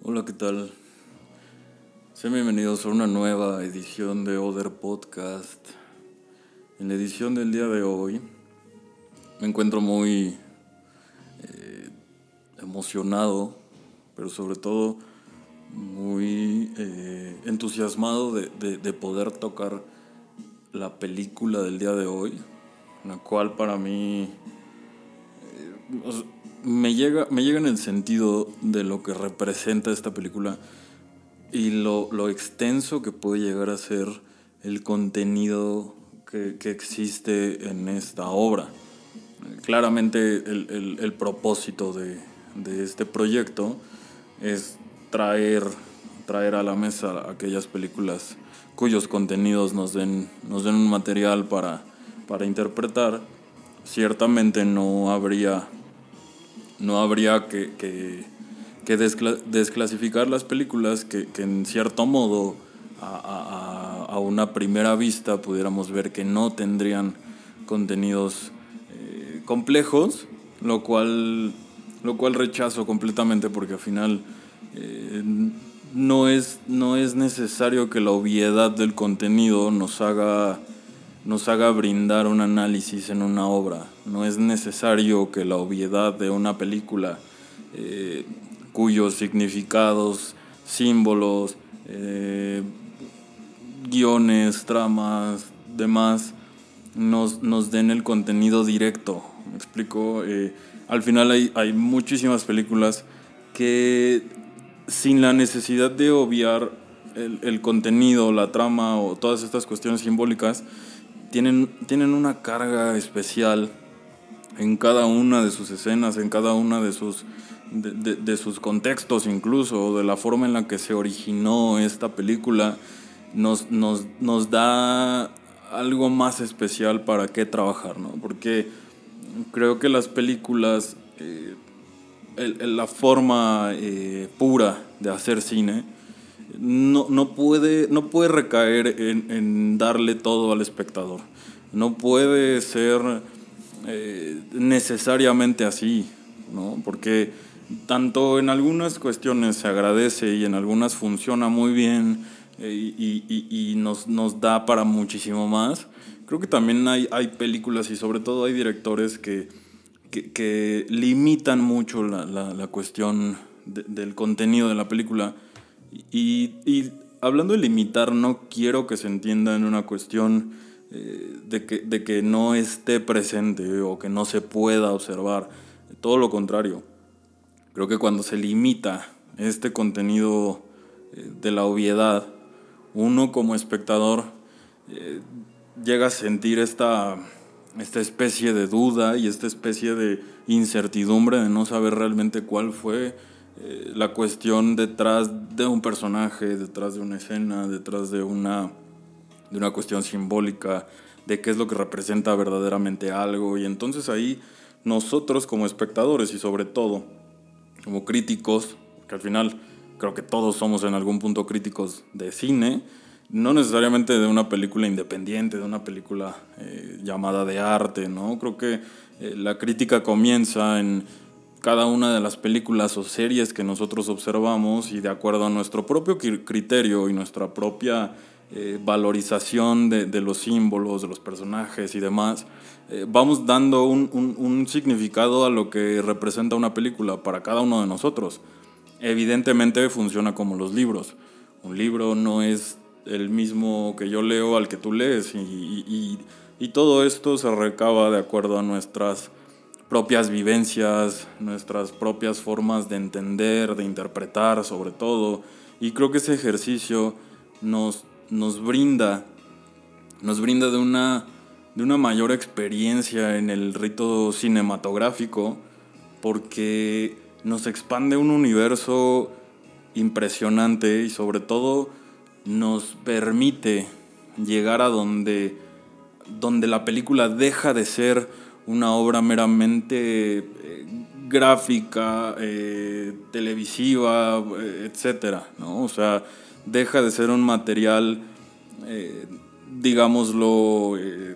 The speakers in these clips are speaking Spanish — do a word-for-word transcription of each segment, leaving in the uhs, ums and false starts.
Hola, ¿qué tal? Sean bienvenidos a una nueva edición de Other Podcast. En la edición del día de hoy me encuentro muy eh, emocionado, pero sobre todo muy eh, entusiasmado de, de, de poder tocar la película del día de hoy, la cual para mí eh, me llega, me llega en el sentido de lo que representa esta película y lo, lo extenso que puede llegar a ser el contenido que, que existe en esta obra. Claramente el, el, el propósito de, de este proyecto es traer, traer a la mesa aquellas películas cuyos contenidos nos den, nos den un material para, para interpretar. Ciertamente no habría, no habría que, que, que descla- desclasificar las películas que, que en cierto modo a, a, a una primera vista pudiéramos ver que no tendrían contenidos eh, complejos, lo cual, lo cual rechazo completamente porque al final eh, no es, no es necesario que la obviedad del contenido nos haga nos haga brindar un análisis en una obra. No es necesario que la obviedad de una película, eh, cuyos significados, símbolos, eh, guiones, tramas, demás, nos, nos den el contenido directo. ¿Me explico? Eh, al final hay, hay muchísimas películas que sin la necesidad de obviar el, el contenido, la trama o todas estas cuestiones simbólicas, tienen, tienen una carga especial en cada una de sus escenas, en cada una de sus, de, de, de sus contextos incluso, de la forma en la que se originó esta película, nos, nos, nos da algo más especial para qué trabajar, ¿no? Porque creo que las películas, eh, el, el, la forma eh, pura de hacer cine, no, no, puede, no puede recaer en, en darle todo al espectador. No puede ser eh, necesariamente así, ¿no? Porque tanto en algunas cuestiones se agradece y en algunas funciona muy bien eh, y, y, y nos, nos da para muchísimo más. Creo que también hay, hay películas y sobre todo hay directores que, que, que limitan mucho la, la, la cuestión de, del contenido de la película. Y, y hablando de limitar, no quiero que se entienda en una cuestión eh, de, que, de que no esté presente o que no se pueda observar. Todo lo contrario. Creo que cuando se limita este contenido eh, de la obviedad, uno como espectador eh, llega a sentir esta, esta especie de duda y esta especie de incertidumbre de no saber realmente cuál fue Eh, la cuestión detrás de un personaje, detrás de una escena, detrás de una, de una cuestión simbólica, de qué es lo que representa verdaderamente algo. Y entonces ahí nosotros como espectadores y sobre todo como críticos, que al final creo que todos somos en algún punto críticos de cine, no necesariamente de una película independiente, de una película eh, llamada de arte, ¿no? Creo que eh, la crítica comienza en cada una de las películas o series que nosotros observamos y de acuerdo a nuestro propio criterio y nuestra propia eh, valorización de, de los símbolos, de los personajes y demás, eh, vamos dando un, un, un significado a lo que representa una película para cada uno de nosotros. Evidentemente funciona como los libros. Un libro no es el mismo que yo leo al que tú lees y, y, y, y todo esto se recaba de acuerdo a nuestras propias vivencias, nuestras propias formas de entender, de interpretar sobre todo. Y creo que ese ejercicio nos, nos brinda, nos brinda de una, de una mayor experiencia en el rito cinematográfico porque nos expande un universo impresionante y sobre todo nos permite llegar a donde, donde la película deja de ser una obra meramente eh, gráfica, eh, televisiva, eh, etcétera, ¿no? O sea, deja de ser un material, eh, digámoslo, eh,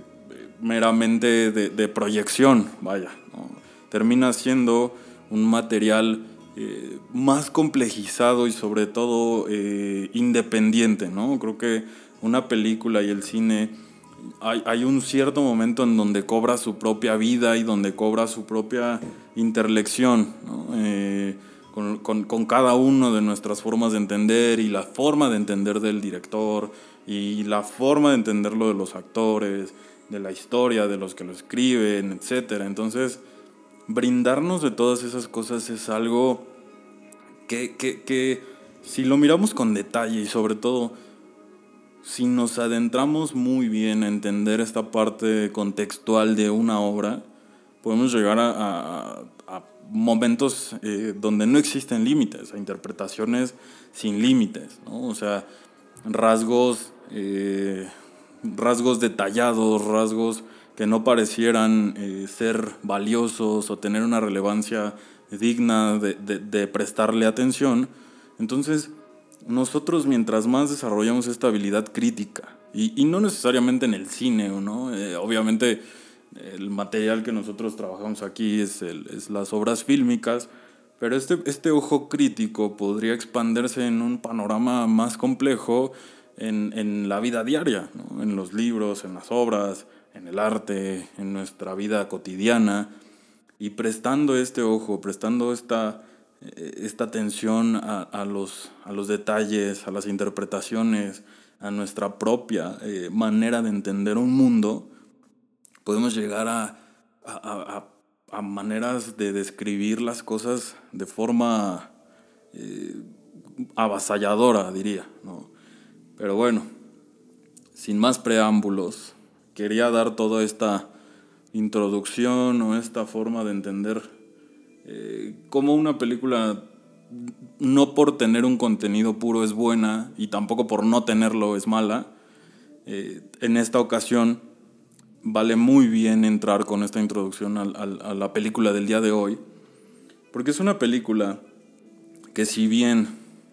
meramente de, de proyección, vaya, ¿no? Termina siendo un material eh, más complejizado y sobre todo eh, independiente, ¿no? Creo que una película y el cine, hay, hay un cierto momento en donde cobra su propia vida y donde cobra su propia interlección, ¿no? Eh, con, con, con cada uno de nuestras formas de entender y la forma de entender del director y la forma de entenderlo de los actores, de la historia, de los que lo escriben, etcétera. Entonces, brindarnos de todas esas cosas es algo que, que, que si lo miramos con detalle y sobre todo si nos adentramos muy bien a entender esta parte contextual de una obra, podemos llegar a, a, a momentos eh, donde no existen límites, a interpretaciones sin límites, ¿no? O sea, rasgos, eh, rasgos detallados, rasgos que no parecieran eh, ser valiosos o tener una relevancia digna de, de, de prestarle atención. Entonces, nosotros mientras más desarrollamos esta habilidad crítica, y, y no necesariamente en el cine, ¿no? Eh, obviamente el material que nosotros trabajamos aquí es, el, es las obras fílmicas, pero este, este ojo crítico podría expandirse en un panorama más complejo en, en la vida diaria, ¿no? En los libros, en las obras, en el arte, en nuestra vida cotidiana, y prestando este ojo, prestando esta esta atención a, a, los, a los detalles, a las interpretaciones, a nuestra propia eh, manera de entender un mundo, podemos llegar a, a, a, a maneras de describir las cosas de forma eh, avasalladora, diría, ¿no? Pero bueno, sin más preámbulos, quería dar toda esta introducción o esta forma de entender Eh, como una película no por tener un contenido puro es buena y tampoco por no tenerlo es mala. Eh, en esta ocasión vale muy bien entrar con esta introducción a, a, a la película del día de hoy, porque es una película que si bien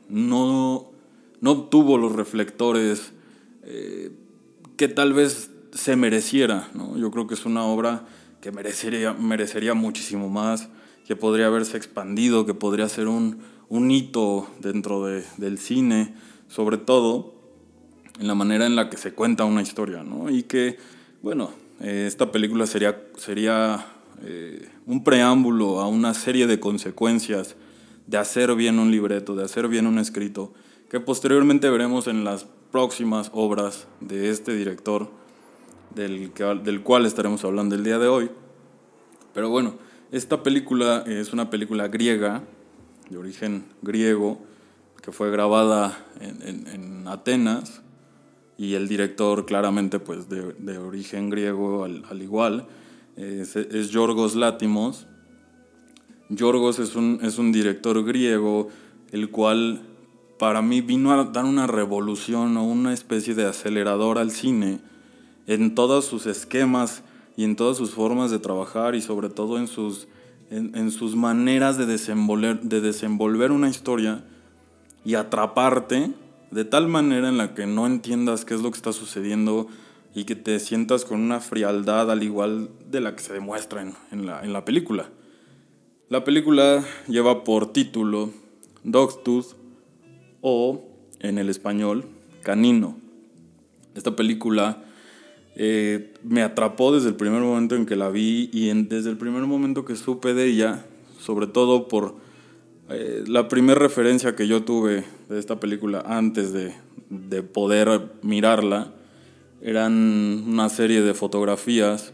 no, no obtuvo los reflectores eh, que tal vez se mereciera, ¿no? Yo creo que es una obra que merecería, merecería muchísimo más, que podría haberse expandido, que podría ser un, un hito dentro de, del cine, sobre todo en la manera en la que se cuenta una historia, ¿no? Y que, bueno, eh, esta película sería, sería eh, un preámbulo a una serie de consecuencias de hacer bien un libreto, de hacer bien un escrito, que posteriormente veremos en las próximas obras de este director, del, que, del cual estaremos hablando el día de hoy. Pero bueno, esta película es una película griega, de origen griego, que fue grabada en, en, en Atenas, y el director claramente pues de, de origen griego al, al igual, es, es Yorgos Lanthimos. Yorgos es un, es un director griego, el cual para mí vino a dar una revolución o una especie de acelerador al cine en todos sus esquemas y en todas sus formas de trabajar y sobre todo en sus, en, en sus maneras de desenvolver, de desenvolver una historia y atraparte de tal manera en la que no entiendas qué es lo que está sucediendo y que te sientas con una frialdad al igual de la que se demuestra en, en, la, en la película. La película lleva por título Dogtooth o, en el español, Canino. Esta película eh, me atrapó desde el primer momento en que la vi y en, desde el primer momento que supe de ella, sobre todo por eh, la primera referencia que yo tuve de esta película antes de, de poder mirarla, eran una serie de fotografías,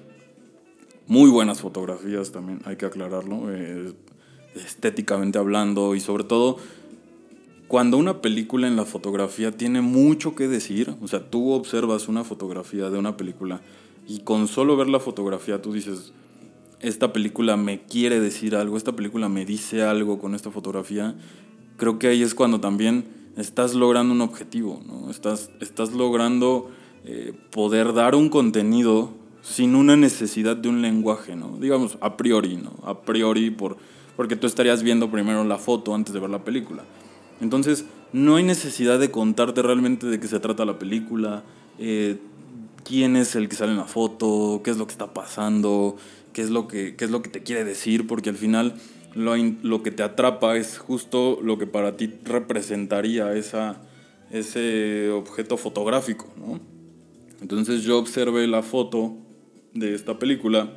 muy buenas fotografías también, hay que aclararlo, eh, estéticamente hablando, y sobre todo cuando una película en la fotografía tiene mucho que decir. O sea, tú observas una fotografía de una película y con solo ver la fotografía tú dices, esta película me quiere decir algo, esta película me dice algo con esta fotografía. Creo que ahí es cuando también estás logrando un objetivo, ¿no? Estás, estás logrando eh, poder dar un contenido sin una necesidad de un lenguaje, ¿no? Digamos, a priori, ¿no? A priori, por, porque tú estarías viendo primero la foto antes de ver la película. Entonces, no hay necesidad de contarte realmente de qué se trata la película, eh, quién es el que sale en la foto, qué es lo que está pasando, qué es lo que, qué es lo que te quiere decir, porque al final lo, lo que te atrapa es justo lo que para ti representaría esa, ese objeto fotográfico, ¿no? Entonces yo observé la foto de esta película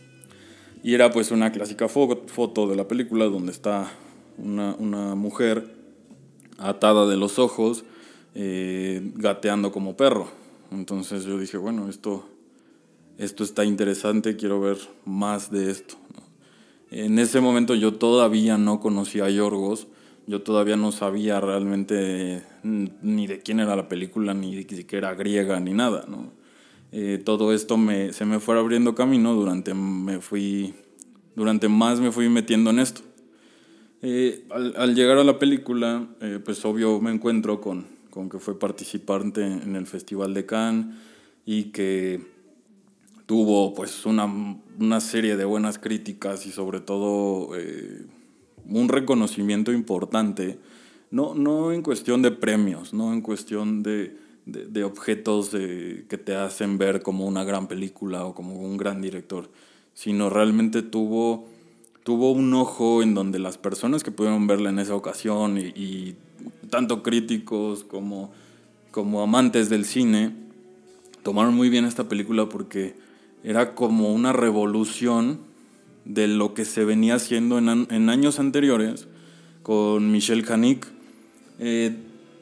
y era pues una clásica fo- foto de la película donde está una, una mujer atada de los ojos, eh, gateando como perro. Entonces yo dije, bueno, esto, esto está interesante, quiero ver más de esto, ¿no? En ese momento yo todavía no conocía a Yorgos, yo todavía no sabía realmente ni de quién era la película, ni de que era griega, ni nada, ¿no? Eh, todo esto me, se me fue abriendo camino durante, me fui, durante más me fui metiendo en esto. Eh, al, al llegar a la película, eh, pues obvio me encuentro con, con que fue participante en el Festival de Cannes y que tuvo pues una, una serie de buenas críticas y sobre todo eh, un reconocimiento importante, no, no en cuestión de premios, no en cuestión de, de, de objetos de, que te hacen ver como una gran película o como un gran director, sino realmente tuvo, tuvo un ojo en donde las personas que pudieron verla en esa ocasión y, y tanto críticos como, como amantes del cine tomaron muy bien esta película porque era como una revolución de lo que se venía haciendo en, an- en años anteriores con Michel Haneke. Eh,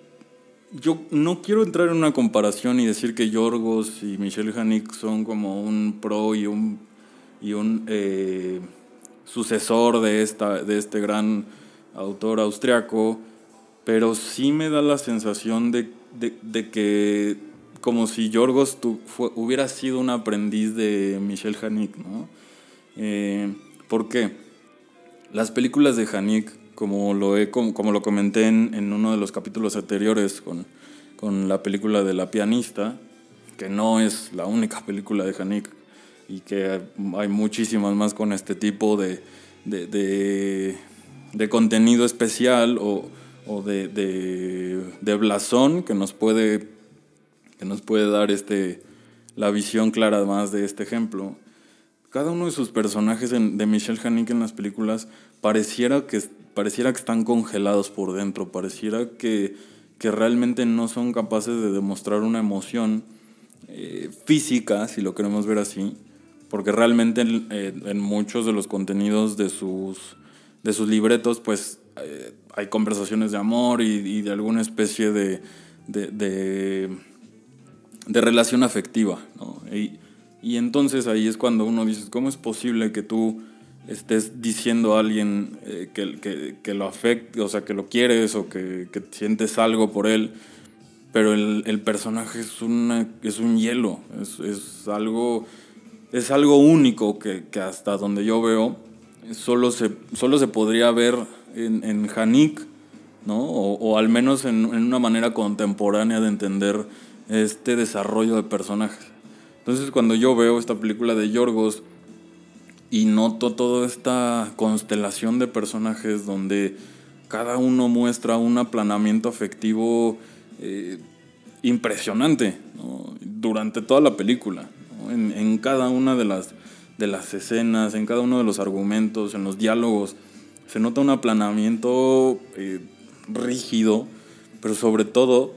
yo no quiero entrar en una comparación y decir que Yorgos y Michel Haneke son como un pro y un, y un eh, sucesor de, esta, de este gran autor austriaco, pero sí me da la sensación de, de, de que como si Yorgos tu, fue, hubiera sido un aprendiz de Michel Haneke, ¿no? Eh, ¿Por qué? Las películas de Haneke, como lo, he, como, como lo comenté en, en uno de los capítulos anteriores con, con la película de La pianista, que no es la única película de Haneke y que hay muchísimas más con este tipo de, de, de, de contenido especial o, o de, de, de blasón que nos puede, que nos puede dar este, la visión clara más de este ejemplo. Cada uno de sus personajes en, de Michel Haneke en las películas pareciera que, pareciera que están congelados por dentro, pareciera que, que realmente no son capaces de demostrar una emoción eh, física, si lo queremos ver así, porque realmente en, eh, en muchos de los contenidos de sus, de sus libretos pues eh, hay conversaciones de amor y, y de alguna especie de, de, de, de relación afectiva, ¿no? Y, y entonces ahí es cuando uno dice, ¿cómo es posible que tú estés diciendo a alguien eh, que, que, que lo afecte, o sea, que lo quieres o que, que sientes algo por él, pero el, el personaje es, una, es un hielo, es, es, algo, es algo único que, que hasta donde yo veo solo se, solo se podría ver en, en Haneke, ¿no? O, o al menos en, en una manera contemporánea de entender este desarrollo de personajes. Entonces cuando yo veo esta película de Yorgos y noto toda esta constelación de personajes donde cada uno muestra un aplanamiento afectivo eh, impresionante, ¿no? Durante toda la película, ¿no? en, en cada una de las, de las escenas, en cada uno de los argumentos, en los diálogos, se nota un aplanamiento eh, rígido, pero sobre todo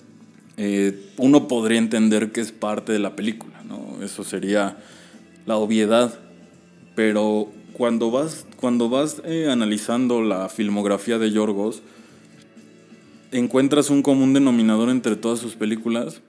eh, uno podría entender que es parte de la película, ¿no? Eso sería la obviedad, pero cuando vas, cuando vas eh, analizando la filmografía de Yorgos, encuentras un común denominador entre todas sus películas,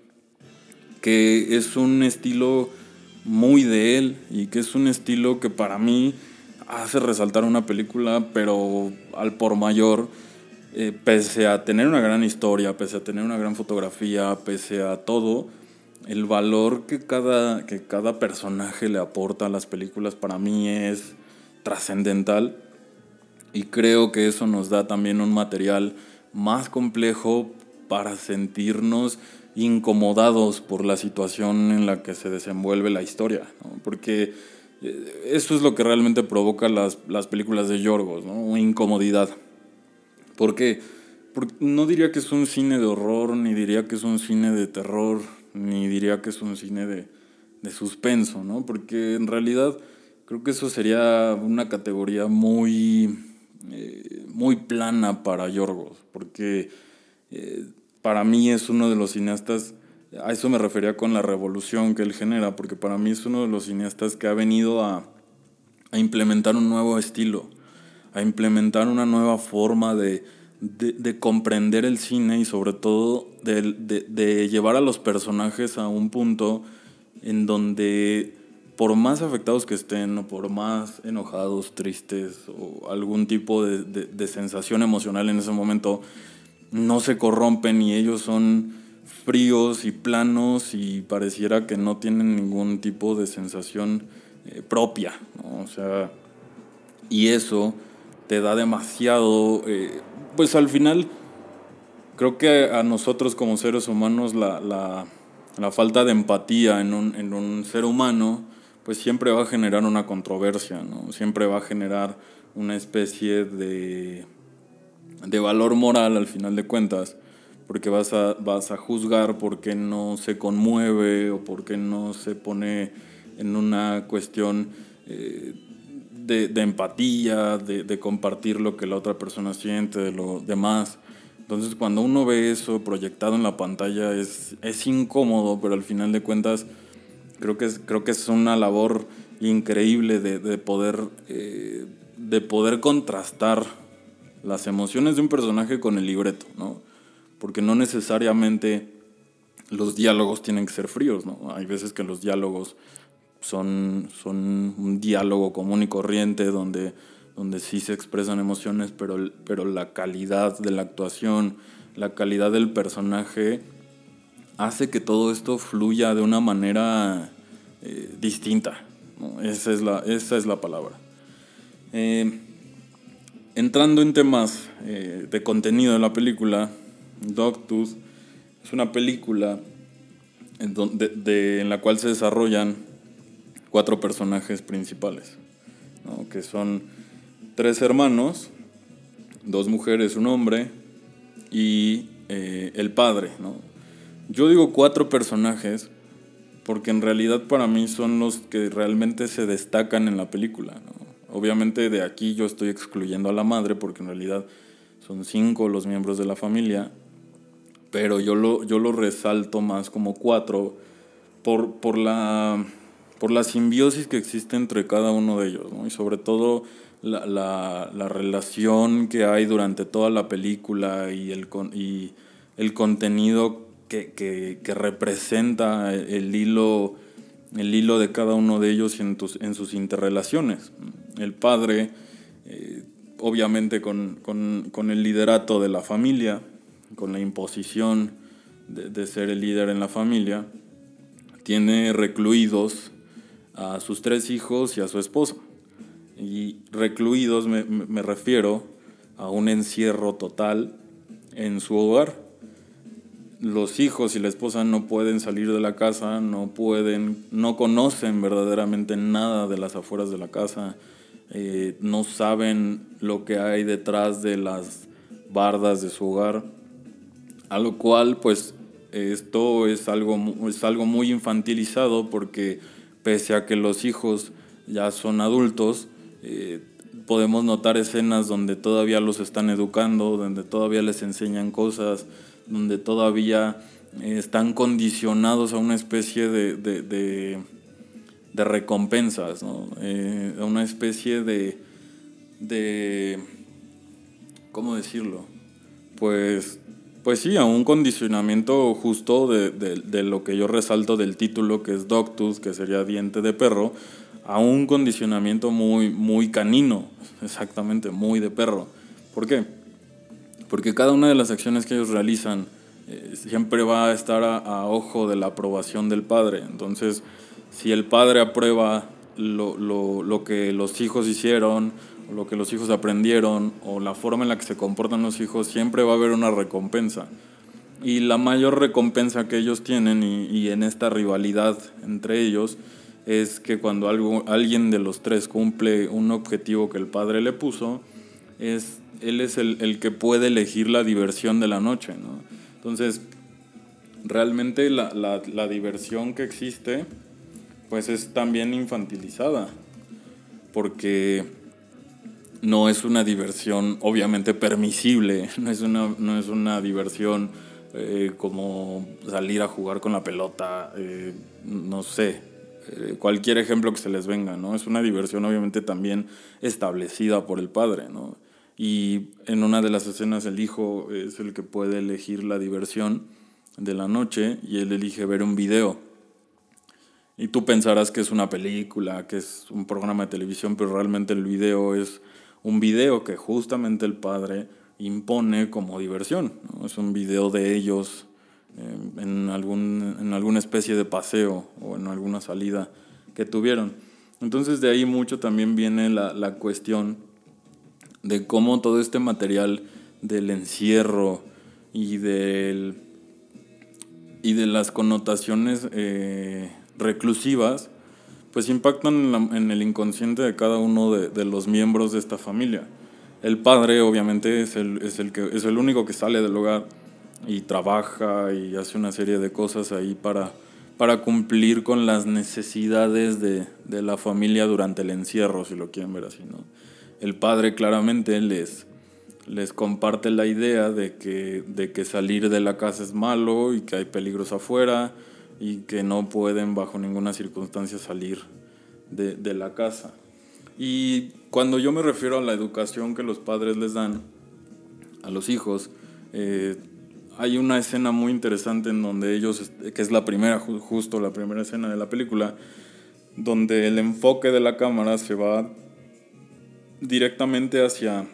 que es un estilo muy de él y que es un estilo que para mí hace resaltar una película, pero al por mayor, eh, pese a tener una gran historia, pese a tener una gran fotografía, pese a todo, el valor que cada, que cada personaje le aporta a las películas para mí es trascendental y creo que eso nos da también un material más complejo para sentirnos incomodados por la situación en la que se desenvuelve la historia, ¿no? Porque eso es lo que realmente provoca las, las películas de Yorgos, ¿no? Incomodidad. ¿Por qué? Porque no diría que es un cine de horror, ni diría que es un cine de terror, ni diría que es un cine de, de suspenso, ¿no? Porque en realidad creo que eso sería una categoría muy, eh, muy plana para Yorgos, porque eh, para mí es uno de los cineastas, a eso me refería con la revolución que él genera, porque para mí es uno de los cineastas que ha venido a, a implementar un nuevo estilo, a implementar una nueva forma de, de, de comprender el cine y sobre todo de, de, de llevar a los personajes a un punto en donde, por más afectados que estén o por más enojados, tristes o algún tipo de, de, de sensación emocional en ese momento, no se corrompen y ellos son fríos y planos y pareciera que no tienen ningún tipo de sensación eh, propia, ¿no? O sea, y eso te da demasiado, eh, pues al final creo que a nosotros como seres humanos la, la, la falta de empatía en un, en un ser humano pues siempre va a generar una controversia, ¿no? Siempre va a generar una especie de, de valor moral al final de cuentas, porque vas a, vas a juzgar por qué no se conmueve o por qué no se pone en una cuestión eh, de, de empatía, de, de compartir lo que la otra persona siente, de lo demás. Entonces cuando uno ve eso proyectado en la pantalla es, es incómodo, pero al final de cuentas creo que es, creo que es una labor increíble de, de, poder, eh, de poder contrastar las emociones de un personaje con el libreto, ¿no? Porque no necesariamente los diálogos tienen que ser fríos, ¿no? Hay veces que los diálogos son, son un diálogo común y corriente donde, donde sí se expresan emociones, pero, pero la calidad de la actuación, la calidad del personaje hace que todo esto fluya de una manera eh, distinta, ¿no? Esa es la, esa es la palabra. Eh, entrando en temas eh, de contenido de la película, Dogtooth es una película en, donde, de, en la cual se desarrollan cuatro personajes principales, ¿no? Que son tres hermanos, dos mujeres, un hombre y eh, el padre, ¿no? Yo digo cuatro personajes porque en realidad para mí son los que realmente se destacan en la película, ¿no? Obviamente de aquí yo estoy excluyendo a la madre porque en realidad son cinco los miembros de la familia, pero yo lo, yo lo resalto más como cuatro por, por, la, por la simbiosis que existe entre cada uno de ellos, ¿no? Y sobre todo la, la, la relación que hay durante toda la película y el, y el contenido que, que, que representa el hilo, el hilo de cada uno de ellos en, tus, en sus interrelaciones. El padre, eh, obviamente con, con, con el liderato de la familia, con la imposición de, de ser el líder en la familia, tiene recluidos a sus tres hijos y a su esposa. Y recluidos me, me refiero a un encierro total en su hogar. Los hijos y la esposa no pueden salir de la casa, no pueden, no conocen verdaderamente nada de las afueras de la casa, eh, no saben lo que hay detrás de las bardas de su hogar, a lo cual pues esto es algo, es algo muy infantilizado porque pese a que los hijos ya son adultos, eh, podemos notar escenas donde todavía los están educando, donde todavía les enseñan cosas, donde todavía eh, están condicionados a una especie de, de, de, de recompensas, ¿no? Eh, a una especie de, de, ¿cómo decirlo? Pues, pues sí, a un condicionamiento justo de, de, de lo que yo resalto del título, que es Dogtooth, que sería diente de perro, a un condicionamiento muy, muy canino, exactamente, muy de perro. ¿Por qué? Porque cada una de las acciones que ellos realizan eh, siempre va a estar a, a ojo de la aprobación del padre. Entonces, si el padre aprueba lo, lo, lo que los hijos hicieron, o lo que los hijos aprendieron, o la forma en la que se comportan los hijos, siempre va a haber una recompensa. Y la mayor recompensa que ellos tienen, y, y en esta rivalidad entre ellos, es que cuando algo, alguien de los tres cumple un objetivo que el padre le puso, es, él es el, el que puede elegir la diversión de la noche, ¿no? Entonces, realmente la, la, la diversión que existe, pues es también infantilizada. porque no es una diversión obviamente permisible, no es una, no es una diversión eh, como salir a jugar con la pelota, eh, no sé, eh, cualquier ejemplo que se les venga, ¿no? Es una diversión obviamente también establecida por el padre, ¿no? Y en una de las escenas el hijo es el que puede elegir la diversión de la noche y él elige ver un video. Y tú pensarás que es una película, que es un programa de televisión, pero realmente el video es un video que justamente el padre impone como diversión, ¿no? Es un video de ellos eh, en, algún, en alguna especie de paseo o en alguna salida que tuvieron. Entonces de ahí mucho también viene la, la cuestión de cómo todo este material del encierro y, del, y de las connotaciones eh, reclusivas, pues impactan en, la, en el inconsciente de cada uno de, de los miembros de esta familia. El padre obviamente es el, es, el que, es el único que sale del hogar y trabaja y hace una serie de cosas ahí para, para cumplir con las necesidades de, de la familia durante el encierro, si lo quieren ver así, ¿no? El padre claramente les, les comparte la idea de que, de que salir de la casa es malo y que hay peligros afuera y que no pueden bajo ninguna circunstancia salir de, de la casa. Y cuando yo me refiero a la educación que los padres les dan a los hijos, eh, hay una escena muy interesante en donde ellos, que es la primera, justo la primera escena de la película, donde el enfoque de la cámara se va directamente hacia,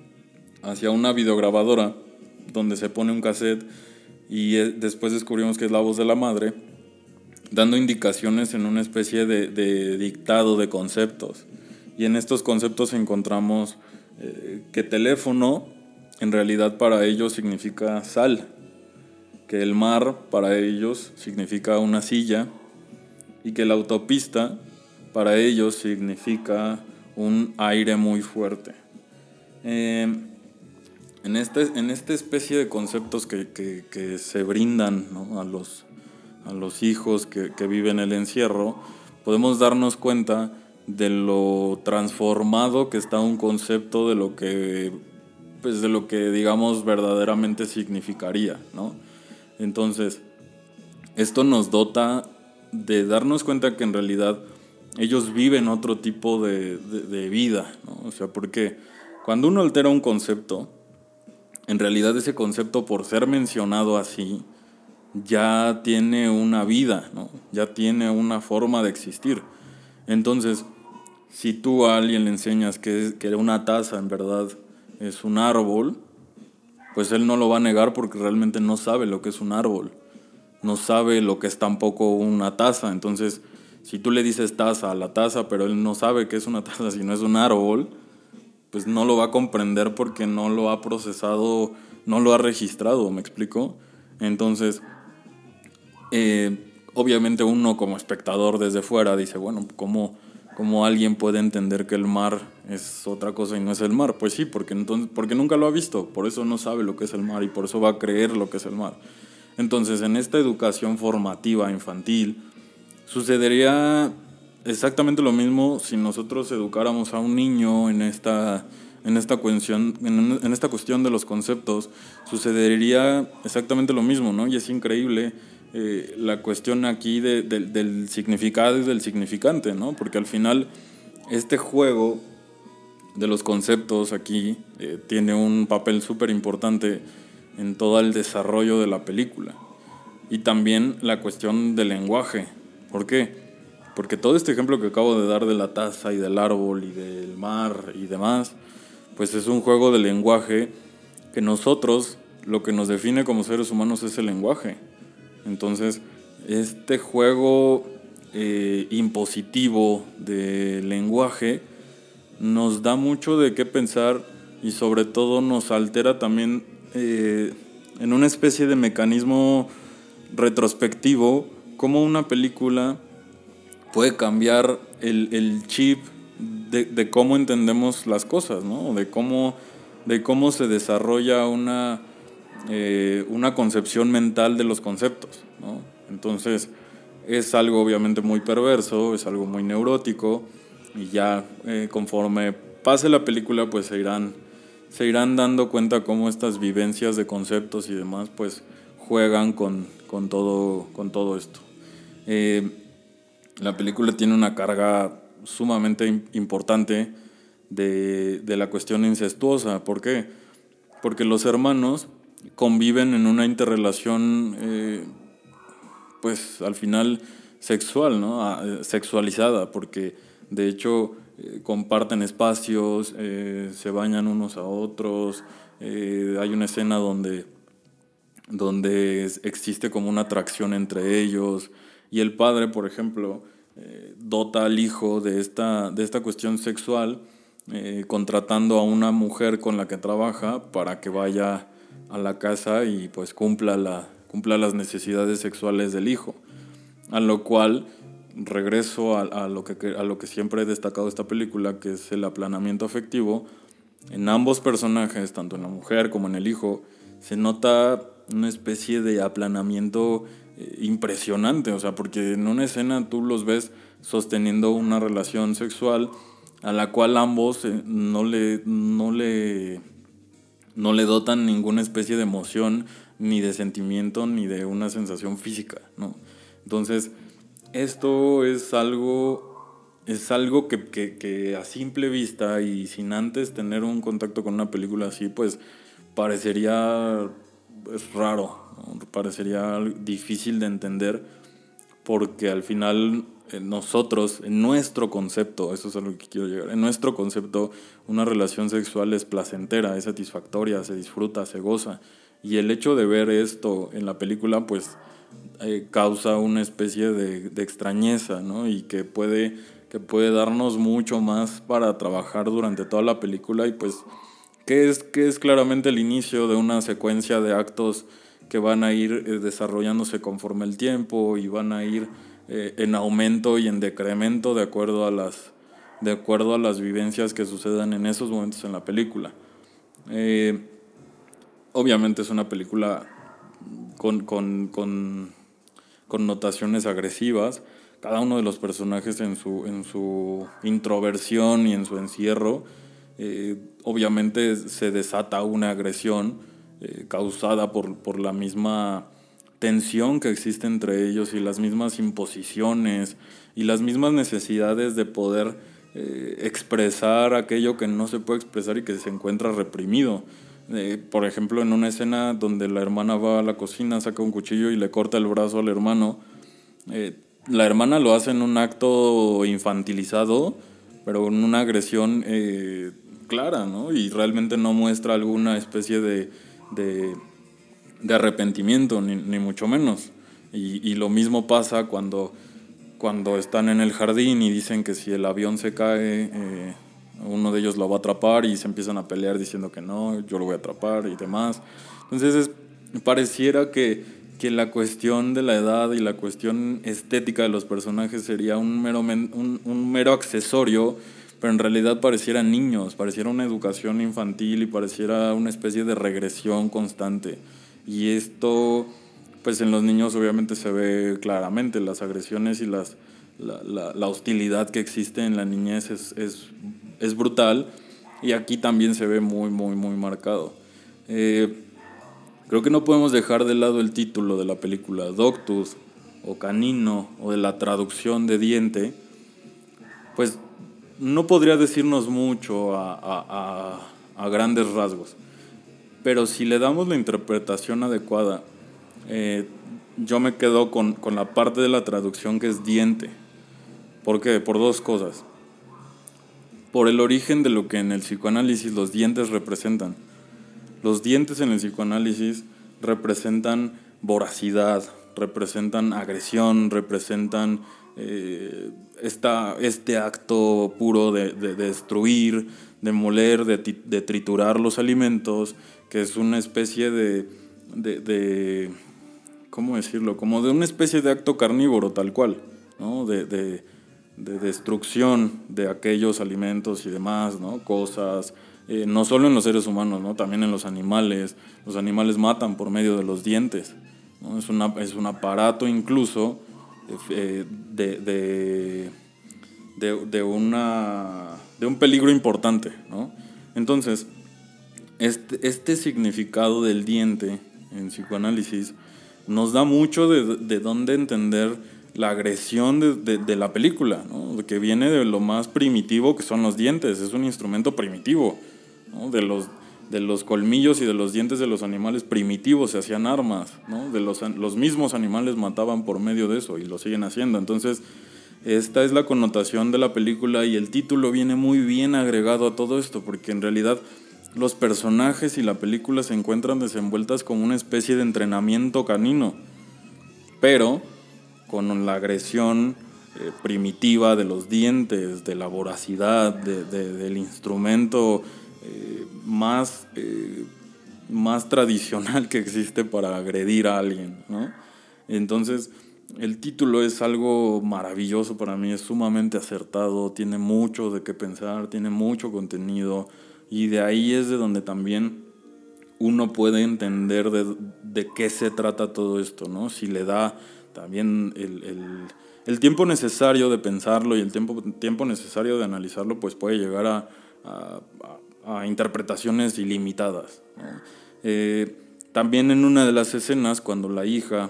hacia una videograbadora donde se pone un cassette y después descubrimos que es la voz de la madre dando indicaciones en una especie de, de dictado de conceptos. Y en estos conceptos encontramos eh, que teléfono en realidad para ellos significa sal, que el mar para ellos significa una silla y que la autopista para ellos significa un aire muy fuerte. Eh, en, este, en esta especie de conceptos que, que, que se brindan, ¿no?, a los, a los hijos que, que viven el encierro, podemos darnos cuenta de lo transformado que está un concepto de lo que, pues de lo que digamos verdaderamente significaría, ¿no? Entonces, esto nos dota de darnos cuenta que en realidad ellos viven otro tipo de, de, de vida, ¿no? O sea, porque cuando uno altera un concepto, en realidad ese concepto, por ser mencionado así, ya tiene una vida, ¿no? Ya tiene una forma de existir. Entonces, si tú a alguien le enseñas que, que una taza en verdad es un árbol, pues él no lo va a negar porque realmente no sabe lo que es un árbol. No sabe lo que es tampoco una taza. Entonces, si tú le dices taza a la taza, pero él no sabe qué es una taza si no es un árbol, pues no lo va a comprender porque no lo ha procesado, no lo ha registrado, ¿me explico? Entonces, eh, obviamente uno como espectador desde fuera dice, bueno, ¿cómo, cómo alguien puede entender que el mar es otra cosa y no es el mar? Pues sí, porque, entonces, porque nunca lo ha visto, por eso no sabe lo que es el mar y por eso va a creer lo que es el mar. Entonces, en esta educación formativa infantil, sucedería exactamente lo mismo si nosotros educáramos a un niño en esta, en esta cuestión, en, en esta cuestión de los conceptos. Sucedería exactamente lo mismo, ¿no? Y es increíble eh, la cuestión aquí de, de, del significado y del significante, ¿no? Porque al final este juego de los conceptos aquí eh, tiene un papel súper importante en todo el desarrollo de la película. Y también la cuestión del lenguaje. ¿Por qué? Porque todo este ejemplo que acabo de dar de la taza y del árbol y del mar y demás, pues es un juego de lenguaje que nosotros, lo que nos define como seres humanos es el lenguaje. Entonces, este juego eh, impositivo de lenguaje nos da mucho de qué pensar y sobre todo nos altera también eh, en una especie de mecanismo retrospectivo, cómo una película puede cambiar el, el chip de, de cómo entendemos las cosas, ¿no? De cómo, de cómo se desarrolla una, eh, una concepción mental de los conceptos, ¿no? Entonces, es algo obviamente muy perverso, es algo muy neurótico, y ya eh, conforme pase la película pues se irán, se irán dando cuenta cómo estas vivencias de conceptos y demás pues juegan con, con, todo, con todo esto. Eh, la película tiene una carga sumamente importante de, de la cuestión incestuosa. ¿Por qué? Porque los hermanos conviven en una interrelación eh, pues al final sexual, ¿no? Sexualizada, porque de hecho eh, comparten espacios, eh, se bañan unos a otros, eh, hay una escena donde, donde existe como una atracción entre ellos, y el padre, por ejemplo, eh, dota al hijo de esta, de esta cuestión sexual, eh, contratando a una mujer con la que trabaja para que vaya a la casa y pues cumpla, la, cumpla las necesidades sexuales del hijo. A lo cual regreso a, a, lo que, a lo que siempre he destacado de esta película, que es el aplanamiento afectivo. En ambos personajes, tanto en la mujer como en el hijo, se nota una especie de aplanamiento eh, impresionante, o sea, porque en una escena tú los ves sosteniendo una relación sexual a la cual ambos eh, no le, no le, no le dotan ninguna especie de emoción, ni de sentimiento, ni de una sensación física, ¿no? Entonces, esto es algo, es algo que, que, que a simple vista y sin antes tener un contacto con una película así, pues parecería pues, raro, ¿no? Parecería difícil de entender, porque al final eh, nosotros, en nuestro concepto, eso es a lo que quiero llegar, en nuestro concepto una relación sexual es placentera, es satisfactoria, se disfruta, se goza, y el hecho de ver esto en la película, pues Eh, causa una especie de, de extrañeza, ¿no? Y que puede, que puede darnos mucho más para trabajar durante toda la película, y pues que es, que es claramente el inicio de una secuencia de actos que van a ir eh, desarrollándose conforme el tiempo y van a ir eh, en aumento y en decremento de acuerdo a las, de acuerdo a las vivencias que sucedan en esos momentos en la película. Eh, obviamente es una película con, con, con connotaciones agresivas. Cada uno de los personajes en su, en su introversión y en su encierro, eh, obviamente se desata una agresión eh, causada por, por la misma tensión que existe entre ellos y las mismas imposiciones y las mismas necesidades de poder eh, expresar aquello que no se puede expresar y que se encuentra reprimido. Eh, por ejemplo, en una escena donde la hermana va a la cocina, saca un cuchillo y le corta el brazo al hermano, eh, la hermana lo hace en un acto infantilizado, pero en una agresión eh, clara, ¿no? Y realmente no muestra alguna especie de, de, de arrepentimiento, ni, ni mucho menos. Y, y lo mismo pasa cuando, cuando están en el jardín y dicen que si el avión se cae... Eh, uno de ellos lo va a atrapar y se empiezan a pelear diciendo que no, yo lo voy a atrapar y demás. Entonces es, pareciera que, que la cuestión de la edad y la cuestión estética de los personajes sería un mero, un, un mero accesorio, pero en realidad parecieran niños, pareciera una educación infantil y pareciera una especie de regresión constante. Y esto, pues en los niños obviamente se ve claramente, las agresiones y las, la, la, la hostilidad que existe en la niñez es, es es brutal, y aquí también se ve muy, muy, muy marcado. Eh, creo que no podemos dejar de lado el título de la película, Doctus, o canino, o de la traducción de diente, pues no podría decirnos mucho a, a, a, a grandes rasgos, pero si le damos la interpretación adecuada, eh, yo me quedo con, con la parte de la traducción que es diente. ¿Por qué? Por dos cosas. Por el origen de lo que en el psicoanálisis los dientes representan. Los dientes en el psicoanálisis representan voracidad, representan agresión, representan eh, esta, este acto puro de, de, de destruir, de moler, de, de triturar los alimentos, que es una especie de, de, de, ¿cómo decirlo? Como de una especie de acto carnívoro tal cual, ¿no? De... de de destrucción de aquellos alimentos y demás, ¿no? Cosas, eh, no solo en los seres humanos, ¿no? También en los animales. Los animales matan por medio de los dientes, ¿no? Es, una, es un aparato incluso eh, de, de, de, de, una, de un peligro importante, ¿no? Entonces, este, este significado del diente en psicoanálisis nos da mucho de, de dónde entender la agresión de, de, de la película, ¿no? Que viene de lo más primitivo que son los dientes, es un instrumento primitivo, ¿no? De los, de los colmillos y de los dientes de los animales primitivos se hacían armas, ¿no? De los, los mismos animales mataban por medio de eso y lo siguen haciendo. Entonces, esta es la connotación de la película y el título viene muy bien agregado a todo esto, porque en realidad los personajes y la película se encuentran desenvueltas como una especie de entrenamiento canino, pero con la agresión eh, primitiva de los dientes, de la voracidad, de, de, del instrumento eh, más, eh, más tradicional que existe para agredir a alguien, ¿no? Entonces, el título es algo maravilloso para mí, es sumamente acertado, tiene mucho de qué pensar, tiene mucho contenido, y de ahí es de donde también uno puede entender de, de qué se trata todo esto, ¿no? Si le da también el, el, el tiempo necesario de pensarlo y el tiempo, tiempo necesario de analizarlo, pues puede llegar a, a, a, a interpretaciones ilimitadas, ¿no? Eh, también en una de las escenas, cuando la hija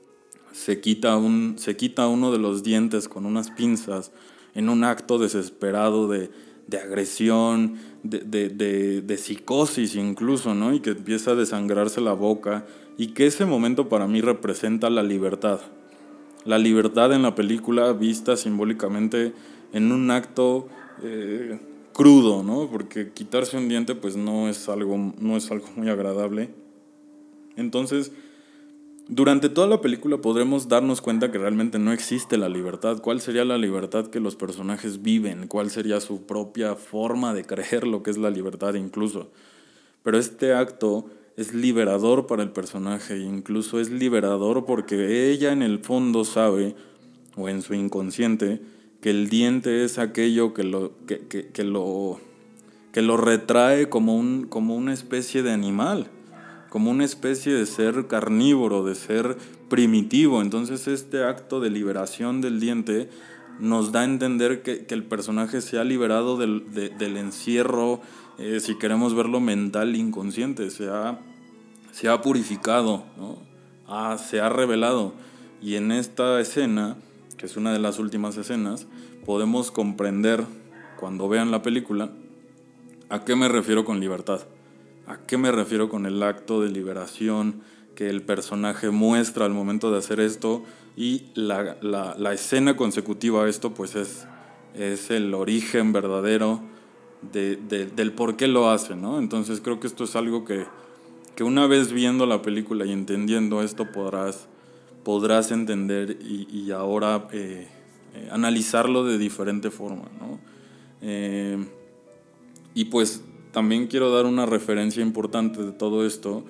se quita, un, se quita uno de los dientes con unas pinzas en un acto desesperado de, de agresión, de, de, de, de psicosis incluso, ¿no? Y que empieza a desangrarse la boca, y que ese momento para mí representa la libertad. La libertad en la película vista simbólicamente en un acto eh, crudo, ¿no? Porque quitarse un diente pues no es algo, no es algo muy agradable. Entonces, durante toda la película podremos darnos cuenta que realmente no existe la libertad. ¿Cuál sería la libertad que los personajes viven? ¿Cuál sería su propia forma de creer lo que es la libertad incluso? Pero este acto es liberador para el personaje, incluso es liberador porque ella en el fondo sabe, o en su inconsciente, que el diente es aquello que lo, que, que, que lo, que lo retrae como, un, como una especie de animal, como una especie de ser carnívoro, de ser primitivo. Entonces este acto de liberación del diente nos da a entender que, que el personaje se ha liberado del, de, del encierro, eh, si queremos verlo mental, inconsciente, se ha, se ha purificado, ¿no? Ah, se ha revelado. Y en esta escena, que es una de las últimas escenas, podemos comprender, cuando vean la película, a qué me refiero con libertad. ¿A qué me refiero con el acto de liberación que el personaje muestra al momento de hacer esto? Y la, la, la escena consecutiva a esto pues es, es el origen verdadero de, de, del por qué lo hace, ¿no? Entonces creo que esto es algo que, que una vez viendo la película y entendiendo esto podrás, podrás entender y, y ahora eh, eh, analizarlo de diferente forma, ¿no? Eh, y pues también quiero dar una referencia importante de todo esto,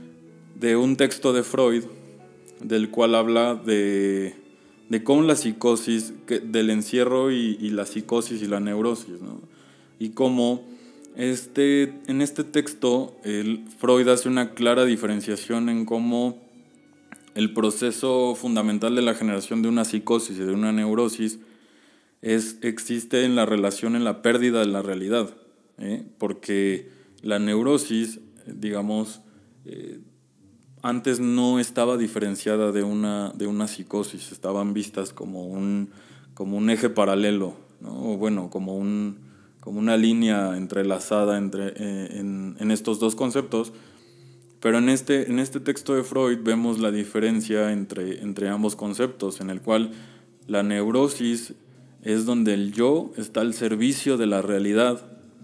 de un texto de Freud, del cual habla de, de cómo la psicosis, que, del encierro y, y la psicosis y la neurosis, ¿no? Y cómo este, en este texto el Freud hace una clara diferenciación en cómo el proceso fundamental de la generación de una psicosis y de una neurosis es, existe en la relación, en la pérdida de la realidad. ¿Eh? Porque la neurosis, digamos, eh, antes no estaba diferenciada de una, de una psicosis, estaban vistas como un, como un eje paralelo, ¿no? O bueno, como, un, como una línea entrelazada entre, eh, en, en estos dos conceptos. Pero en este, en este texto de Freud vemos la diferencia entre, entre ambos conceptos, en el cual la neurosis es donde el yo está al servicio de la realidad,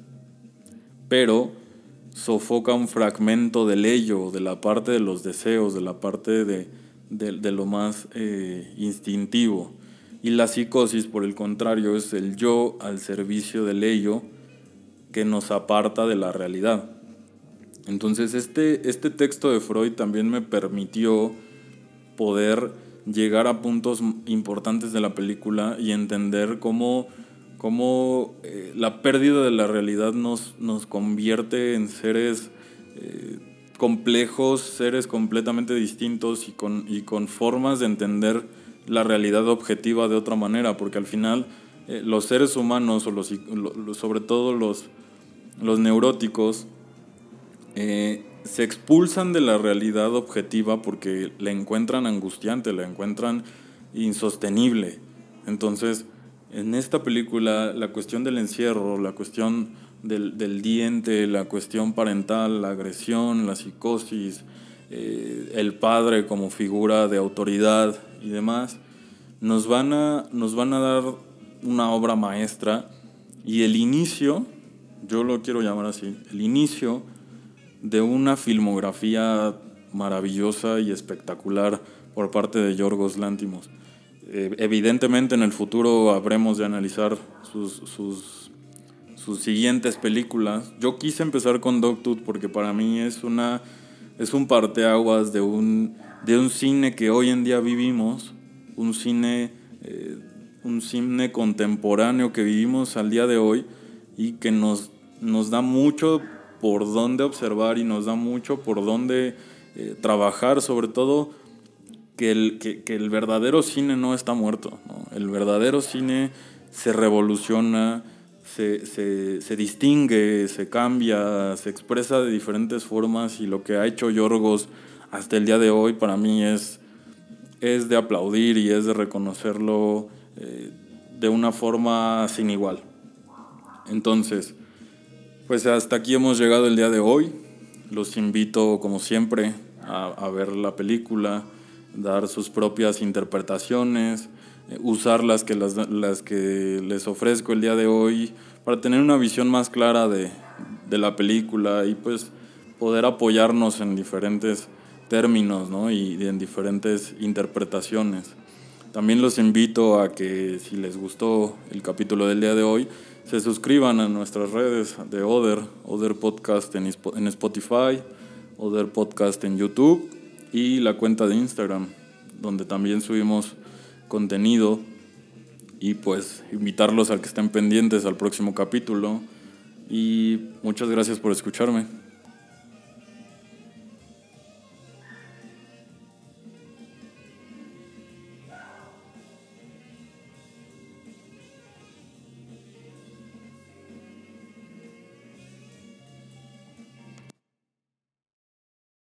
pero sofoca un fragmento del ello, de la parte de los deseos, de la parte de, de, de lo más eh, instintivo. Y la psicosis, por el contrario, es el yo al servicio del ello que nos aparta de la realidad. Entonces este, este texto de Freud también me permitió poder llegar a puntos importantes de la película y entender cómo cómo eh, la pérdida de la realidad nos, nos convierte en seres eh, complejos, seres completamente distintos y con, y con formas de entender la realidad objetiva de otra manera, porque al final eh, los seres humanos, o los, lo, sobre todo los, los neuróticos, eh, se expulsan de la realidad objetiva porque la encuentran angustiante, la encuentran insostenible. Entonces, en esta película, la cuestión del encierro, la cuestión del, del diente, la cuestión parental, la agresión, la psicosis, eh, el padre como figura de autoridad y demás, nos van a, nos van a dar una obra maestra. Y el inicio, yo lo quiero llamar así, el inicio de una filmografía maravillosa y espectacular por parte de Yorgos Lanthimos. Eh, evidentemente en el futuro habremos de analizar sus, sus, sus siguientes películas. Yo quise empezar con Dogtooth porque para mí es, una, es un parteaguas de un, de un cine que hoy en día vivimos, un cine, eh, un cine contemporáneo que vivimos al día de hoy y que nos, nos da mucho por dónde observar y nos da mucho por dónde eh, trabajar, sobre todo que el, que, que el verdadero cine no está muerto, ¿no? El verdadero cine se revoluciona, se, se, se distingue, se cambia, se expresa de diferentes formas, y lo que ha hecho Yorgos hasta el día de hoy para mí es, es de aplaudir y es de reconocerlo eh, de una forma sin igual. Entonces, pues hasta aquí hemos llegado el día de hoy. Los invito, como siempre, a, a ver la película, dar sus propias interpretaciones, eh, usar las que, las, las que les ofrezco el día de hoy para tener una visión más clara de, de la película y pues poder apoyarnos en diferentes términos, ¿no? Y en diferentes interpretaciones. También los invito a que, si les gustó el capítulo del día de hoy, se suscriban a nuestras redes de Other, Other Podcast en Spotify, Other Podcast en YouTube y la cuenta de Instagram, donde también subimos contenido. Y pues invitarlos a que estén pendientes al próximo capítulo. Y muchas gracias por escucharme.